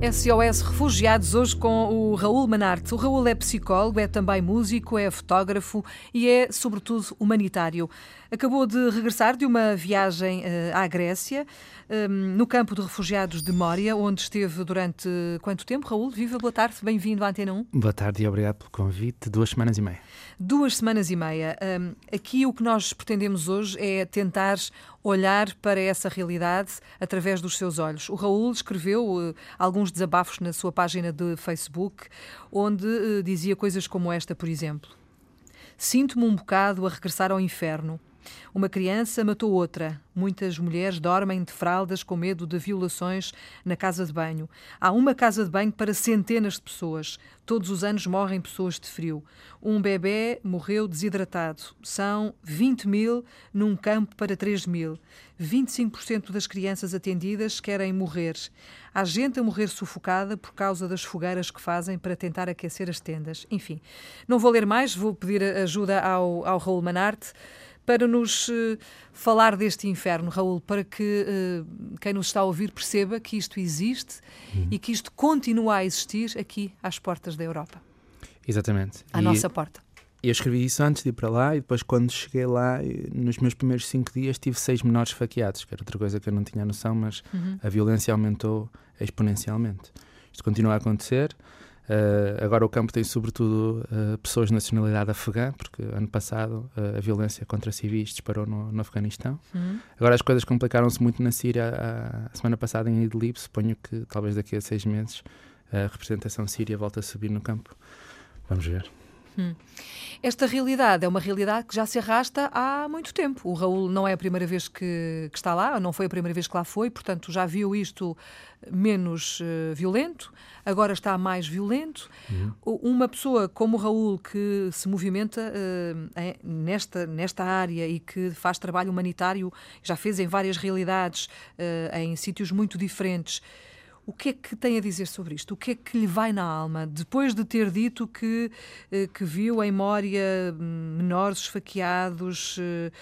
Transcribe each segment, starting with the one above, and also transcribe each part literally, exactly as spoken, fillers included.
S O S Refugiados, hoje com o Raul Manarte. O Raul é psicólogo, é também músico, é fotógrafo e é, sobretudo, humanitário. Acabou de regressar de uma viagem uh, à Grécia, um, no campo de refugiados de Mória, onde esteve durante quanto tempo, Raul? Viva, boa tarde, bem-vindo à Antena um. Boa tarde e obrigado pelo convite. Duas semanas e meia. Duas semanas e meia. Um, aqui o que nós pretendemos hoje é tentar olhar para essa realidade através dos seus olhos. O Raul escreveu uh, alguns desabafos na sua página de Facebook, onde uh, dizia coisas como esta, por exemplo. Sinto-me um bocado a regressar ao inferno. Uma criança matou outra. Muitas mulheres dormem de fraldas com medo de violações na casa de banho. Há uma casa de banho para centenas de pessoas. Todos os anos morrem pessoas de frio. Um bebê morreu desidratado. São vinte mil num campo para três mil. vinte e cinco por cento das crianças atendidas querem morrer. Há gente a morrer sufocada por causa das fogueiras que fazem para tentar aquecer as tendas. Enfim, não vou ler mais, vou pedir ajuda ao, ao Raul Manarte para nos uh, falar deste inferno, Raul, para que uh, quem nos está a ouvir perceba que isto existe uhum. e que isto continua a existir aqui às portas da Europa. Exatamente. À e nossa porta. Eu escrevi isso antes de ir para lá e depois quando cheguei lá, nos meus primeiros cinco dias, tive seis menores esfaqueados, que era outra coisa que eu não tinha noção, mas uhum. a violência aumentou exponencialmente. Isto continua a acontecer. Uh, agora o campo tem sobretudo uh, pessoas de nacionalidade afegã, porque ano passado uh, a violência contra civis disparou no, no Afeganistão. Uhum. Agora as coisas complicaram-se muito na Síria. A, a semana passada em Idlib, suponho que talvez daqui a seis meses a representação síria volta a subir no campo. Vamos ver. Hum. Esta realidade é uma realidade que já se arrasta há muito tempo. O Raul não é a primeira vez que, que está lá, não foi a primeira vez que lá foi, portanto já viu isto menos uh, violento, agora está mais violento. Uhum. Uma pessoa como o Raul, que se movimenta uh, é, nesta, nesta área e que faz trabalho humanitário, já fez em várias realidades, uh, em sítios muito diferentes. O que é que tem a dizer sobre isto? O que é que lhe vai na alma? Depois de ter dito que, que viu em Mória menores esfaqueados,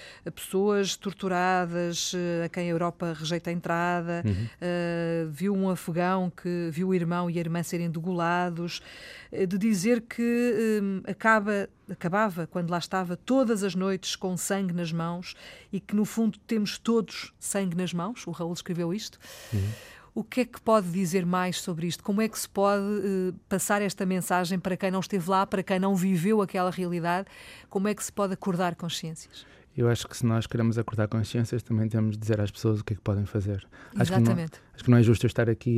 pessoas torturadas, a quem a Europa rejeita a entrada, uhum. uh, viu um afegão que viu o irmão e a irmã serem degolados, de dizer que um, acaba, acabava, quando lá estava, todas as noites com sangue nas mãos e que, no fundo, temos todos sangue nas mãos. O Raul escreveu isto. Uhum. O que é que pode dizer mais sobre isto? Como é que se pode uh, passar esta mensagem para quem não esteve lá, para quem não viveu aquela realidade? Como é que se pode acordar consciências? Eu acho que se nós queremos acordar consciências, também temos de dizer às pessoas o que é que podem fazer. Acho Exatamente. Que não, acho que não é justo eu estar aqui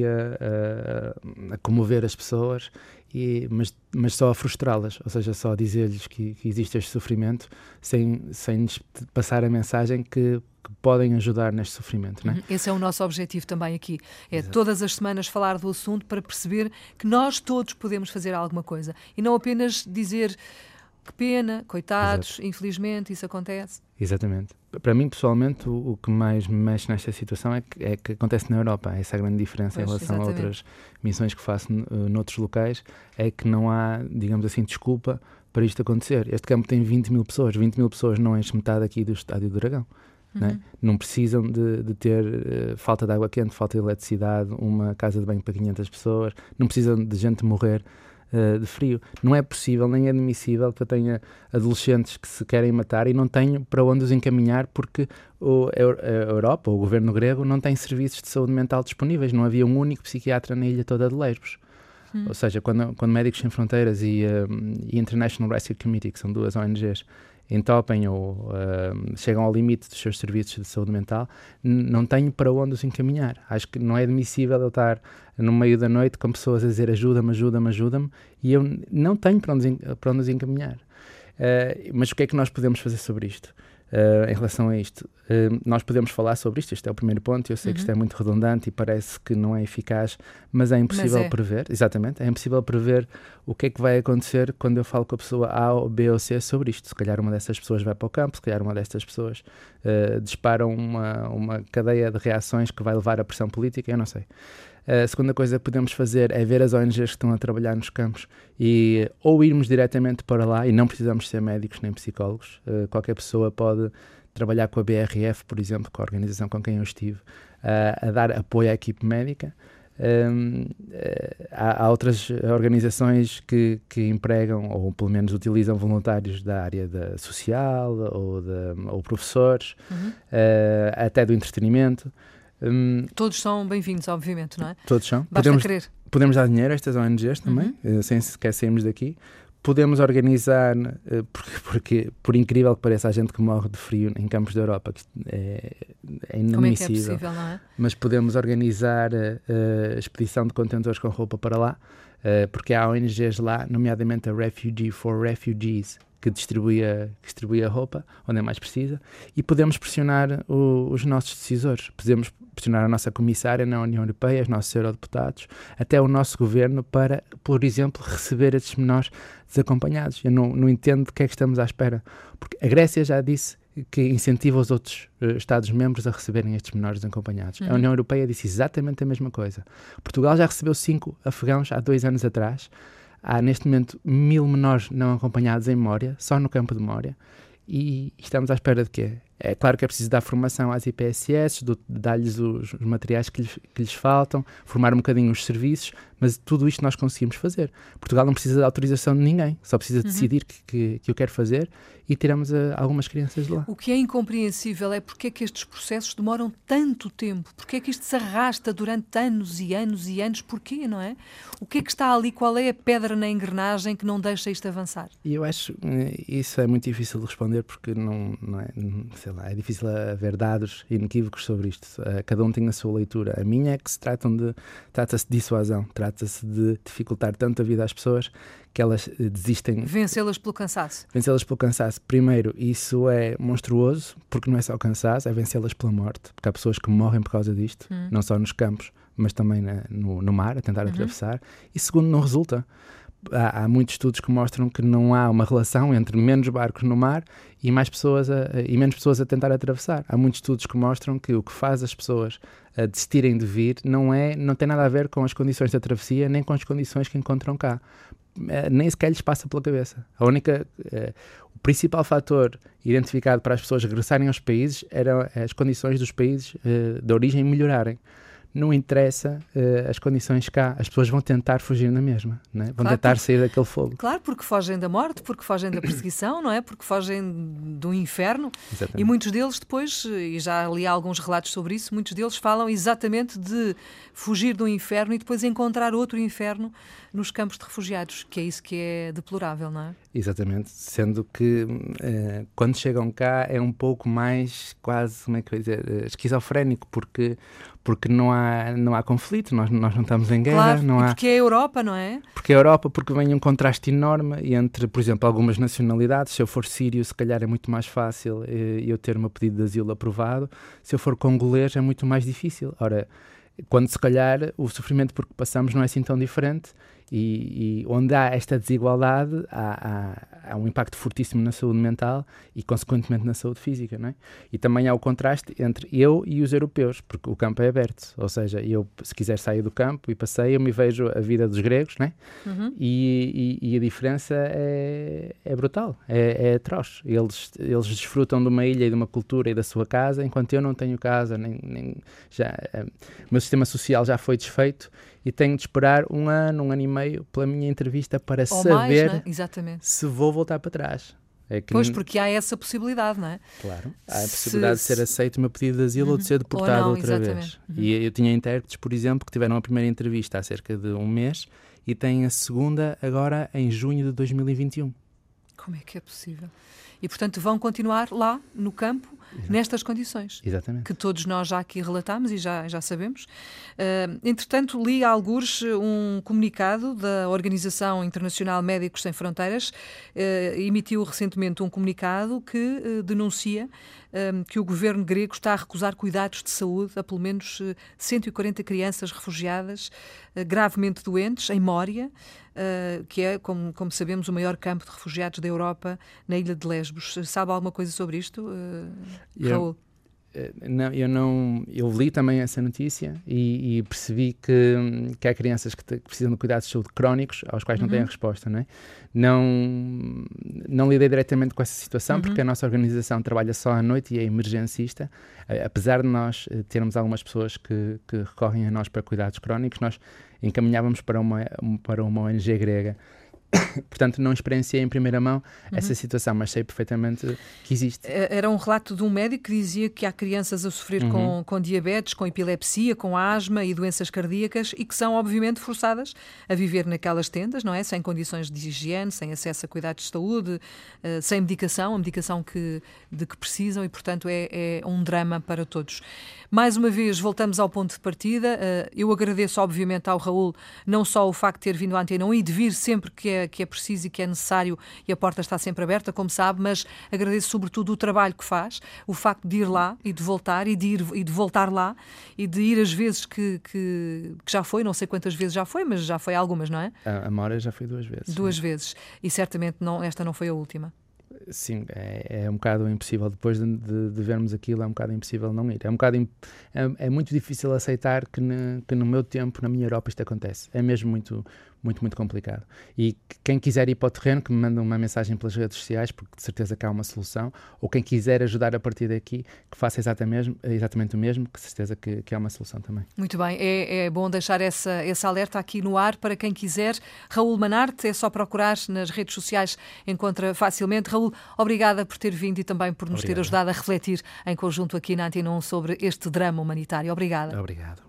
a, a, a comover as pessoas, e, mas, mas só a frustrá-las, ou seja, só a dizer-lhes que, que existe este sofrimento, sem, sem lhes passar a mensagem que que podem ajudar neste sofrimento. Não é? Esse é o nosso objetivo também aqui. É Exato. Todas as semanas falar do assunto para perceber que nós todos podemos fazer alguma coisa. E não apenas dizer que pena, coitados, Exato. Infelizmente isso acontece. Exatamente. Para mim, pessoalmente, o, o que mais me mexe nesta situação é que, é que acontece na Europa. Essa é a grande diferença pois, em relação exatamente. A outras missões que faço uh, noutros locais, é que não há, digamos assim, desculpa para isto acontecer. Este campo tem vinte mil pessoas. vinte mil pessoas não enche metade aqui do Estádio do Dragão. Não, é? Não precisam de, de ter uh, falta de água quente, falta de eletricidade, uma casa de banho para quinhentas pessoas, não precisam de gente morrer uh, de frio. Não é possível, nem é admissível que eu tenha adolescentes que se querem matar e não tenho para onde os encaminhar porque o, a Europa, o governo grego, não tem serviços de saúde mental disponíveis. Não havia um único psiquiatra na ilha toda de Lesbos. Hum. Ou seja, quando, quando Médicos Sem Fronteiras e, um, e International Rescue Committee, que são duas O N Gs, entopem ou uh, chegam ao limite dos seus serviços de saúde mental, n- não tenho para onde os encaminhar. Acho que não é admissível eu estar no meio da noite com pessoas a dizer ajuda-me, ajuda-me, ajuda-me, e eu não tenho para onde, para onde os encaminhar. Uh, mas o que é que nós podemos fazer sobre isto? Uh, em relação a isto, uh, nós podemos falar sobre isto, este é o primeiro ponto. Eu sei uhum. que isto é muito redundante e parece que não é eficaz, mas é impossível mas é. prever, exatamente, é impossível prever o que é que vai acontecer quando eu falo com a pessoa A ou B ou C sobre isto. Se calhar uma dessas pessoas vai para o campo, se calhar uma destas pessoas uh, disparam uma, uma cadeia de reações que vai levar à pressão política, eu não sei. A segunda coisa que podemos fazer é ver as O N Gs que estão a trabalhar nos campos e ou irmos diretamente para lá, e não precisamos ser médicos nem psicólogos. Uh, qualquer pessoa pode trabalhar com a B R F, por exemplo, com a organização com quem eu estive, uh, a dar apoio à equipe médica. Um, há, há outras organizações que, que empregam, ou pelo menos utilizam voluntários da área da social, ou, de, ou professores, uhum. uh, até do entretenimento. Um, todos são bem-vindos, obviamente, não é? Todos são. Basta podemos, querer. Podemos dar dinheiro a estas O N Gs também, uhum. uh, sem sequer sairmos daqui. Podemos organizar, uh, porque, porque, por incrível que pareça, há gente que morre de frio em campos da Europa, que é, é inadmissível. Como é que é possível, não é? Mas podemos organizar uh, a expedição de contentores com roupa para lá, uh, porque há O N Gs lá, nomeadamente a Refugee for Refugees, que distribui a, que distribui a roupa onde é mais precisa, e podemos pressionar o, os nossos decisores, podemos pressionar a nossa comissária na União Europeia, os nossos eurodeputados, até o nosso governo para, por exemplo, receber esses menores desacompanhados. Eu não, não entendo do que é que estamos à espera, porque a Grécia já disse que incentiva os outros uh, Estados-membros a receberem estes menores desacompanhados. Uhum. A União Europeia disse exatamente a mesma coisa. Portugal já recebeu cinco afegãos há dois anos atrás. Há, neste momento, mil menores não acompanhados em Mória, só no campo de Mória, e estamos à espera de quê? É claro que é preciso dar formação às I P S S, dar-lhes os, os materiais que lhes, que lhes faltam, formar um bocadinho os serviços, mas tudo isto nós conseguimos fazer. Portugal não precisa de autorização de ninguém, só precisa uhum. decidir que, que, que o quer fazer e tiramos uh, algumas crianças de lá. O que é incompreensível é porque é que estes processos demoram tanto tempo, porque é que isto se arrasta durante anos e anos e anos, porquê, não é? O que é que está ali, qual é a pedra na engrenagem que não deixa isto avançar? E eu acho que isso é muito difícil de responder porque não, não é, sei lá, é difícil haver dados inequívocos sobre isto. Cada um tem a sua leitura. A minha é que se tratam de, trata-se de dissuasão, trata-se de dificultar tanto a vida às pessoas que elas desistem. Vencê-las pelo cansaço. Vencê-las pelo cansaço. Primeiro, isso é monstruoso, porque não é só o cansaço, é vencê-las pela morte, porque há pessoas que morrem por causa disto, hum. não só nos campos, mas também na, no, no mar, a tentar uhum. atravessar. E segundo, não resulta. Há, há muitos estudos que mostram que não há uma relação entre menos barcos no mar e, mais pessoas a, a, e menos pessoas a tentar atravessar. Há muitos estudos que mostram que o que faz as pessoas a desistirem de vir não, é, não tem nada a ver com as condições da travessia nem com as condições que encontram cá. Nem sequer lhes passa pela cabeça. A única, eh, o principal fator identificado para as pessoas regressarem aos países eram as condições dos países eh, de origem melhorarem. Não interessa uh, as condições cá, as pessoas vão tentar fugir na mesma, não é? Vão claro, tentar porque, sair daquele fogo. Claro, porque fogem da morte, porque fogem da perseguição, não é? Porque fogem do inferno. Exatamente. E muitos deles depois, e já li alguns relatos sobre isso, muitos deles falam exatamente de fugir do inferno e depois encontrar outro inferno nos campos de refugiados, que é isso que é deplorável, não é? Exatamente, sendo que uh, quando chegam cá é um pouco mais quase, como é que eu ia dizer, uh, esquizofrénico, porque, porque não há, não há conflito, nós, nós não estamos em guerra. Claro, não e há... porque é a Europa, não é? Porque é a Europa, porque vem um contraste enorme entre, por exemplo, algumas nacionalidades. Se eu for sírio, se calhar é muito mais fácil uh, eu ter o meu pedido de asilo aprovado. Se eu for congolês, é muito mais difícil. Ora, quando se calhar o sofrimento por que passamos não é assim tão diferente. E, e onde há esta desigualdade há, há, há um impacto fortíssimo na saúde mental e consequentemente na saúde física, não é? E também há o contraste entre eu e os europeus, porque o campo é aberto, ou seja, eu se quiser sair do campo e passeio, eu me vejo a vida dos gregos, não é? Uhum. e, e, e a diferença é, é brutal, é, é atroz. Eles, eles desfrutam de uma ilha e de uma cultura e da sua casa, enquanto eu não tenho casa, nem, nem já, é, o meu sistema social já foi desfeito e tenho de esperar um ano, um ano e meio pela minha entrevista para Ou saber mais, Exatamente. se vou voltar para trás. É que pois, porque há essa possibilidade, não é? Claro, há a possibilidade se, de ser aceito o meu pedido de asilo uhum. ou de ser deportado ou não, outra exatamente. vez. Uhum. E eu tinha intérpretes, por exemplo, que tiveram a primeira entrevista há cerca de um mês e têm a segunda agora em junho de dois mil e vinte e um. Como é que é possível? E, portanto, vão continuar lá, no campo, Exato. nestas condições. Exatamente. Que todos nós já aqui relatámos e já, já sabemos. Uh, entretanto, li a algures um comunicado da Organização Internacional Médicos Sem Fronteiras, uh, emitiu recentemente um comunicado que uh, denuncia um, que o governo grego está a recusar cuidados de saúde a pelo menos uh, cento e quarenta crianças refugiadas uh, gravemente doentes em Mória, Uh, que é, como, como sabemos, o maior campo de refugiados da Europa, na ilha de Lesbos. Sabe alguma coisa sobre isto, uh, Raul? não, eu não, eu li também essa notícia e, e percebi que, que há crianças que, te, que precisam de cuidados de saúde crónicos aos quais não uhum. têm resposta, não é? Não, não lidei diretamente com essa situação, uhum. porque a nossa organização trabalha só à noite e é emergencista. Apesar de nós termos algumas pessoas que, que recorrem a nós para cuidados crónicos, nós encaminhávamos para uma, para uma O N G grega. Portanto, não experienciei em primeira mão uhum. essa situação, mas sei perfeitamente que existe. Era um relato de um médico que dizia que há crianças a sofrer uhum. com, com diabetes, com epilepsia, com asma e doenças cardíacas e que são, obviamente, forçadas a viver naquelas tendas, não é? Sem condições de higiene, sem acesso a cuidados de saúde, uh, sem medicação, a medicação que, de que precisam e, portanto, é, é um drama para todos. Mais uma vez, voltamos ao ponto de partida. Uh, eu agradeço, obviamente, ao Raul não só o facto de ter vindo à Antena um e de vir sempre que é, que é preciso e que é necessário e a porta está sempre aberta, como sabe, mas agradeço sobretudo o trabalho que faz, o facto de ir lá e de voltar e de, ir, e de voltar lá e de ir as vezes que, que, que já foi, não sei quantas vezes já foi, mas já foi algumas, não é? A, a Mora já foi duas vezes. Duas sim. vezes. E certamente não, esta não foi a última. Sim, é, é um bocado impossível. Depois de, de, de vermos aquilo, é um bocado impossível não ir. É, um bocado imp... é, é muito difícil aceitar que, ne, que no meu tempo, na minha Europa, isto acontece. É mesmo muito, muito, muito complicado. E quem quiser ir para o terreno, que me manda uma mensagem pelas redes sociais, porque de certeza que há uma solução, ou quem quiser ajudar a partir daqui, que faça exatamente, exatamente o mesmo, que de certeza que, que há uma solução também. Muito bem, é, é bom deixar essa, esse alerta aqui no ar para quem quiser. Raul Manarte, é só procurar nas redes sociais, encontra facilmente. Raul, obrigada por ter vindo e também por nos Obrigado. ter ajudado a refletir em conjunto aqui na Antena um sobre este drama humanitário. Obrigada. Obrigado.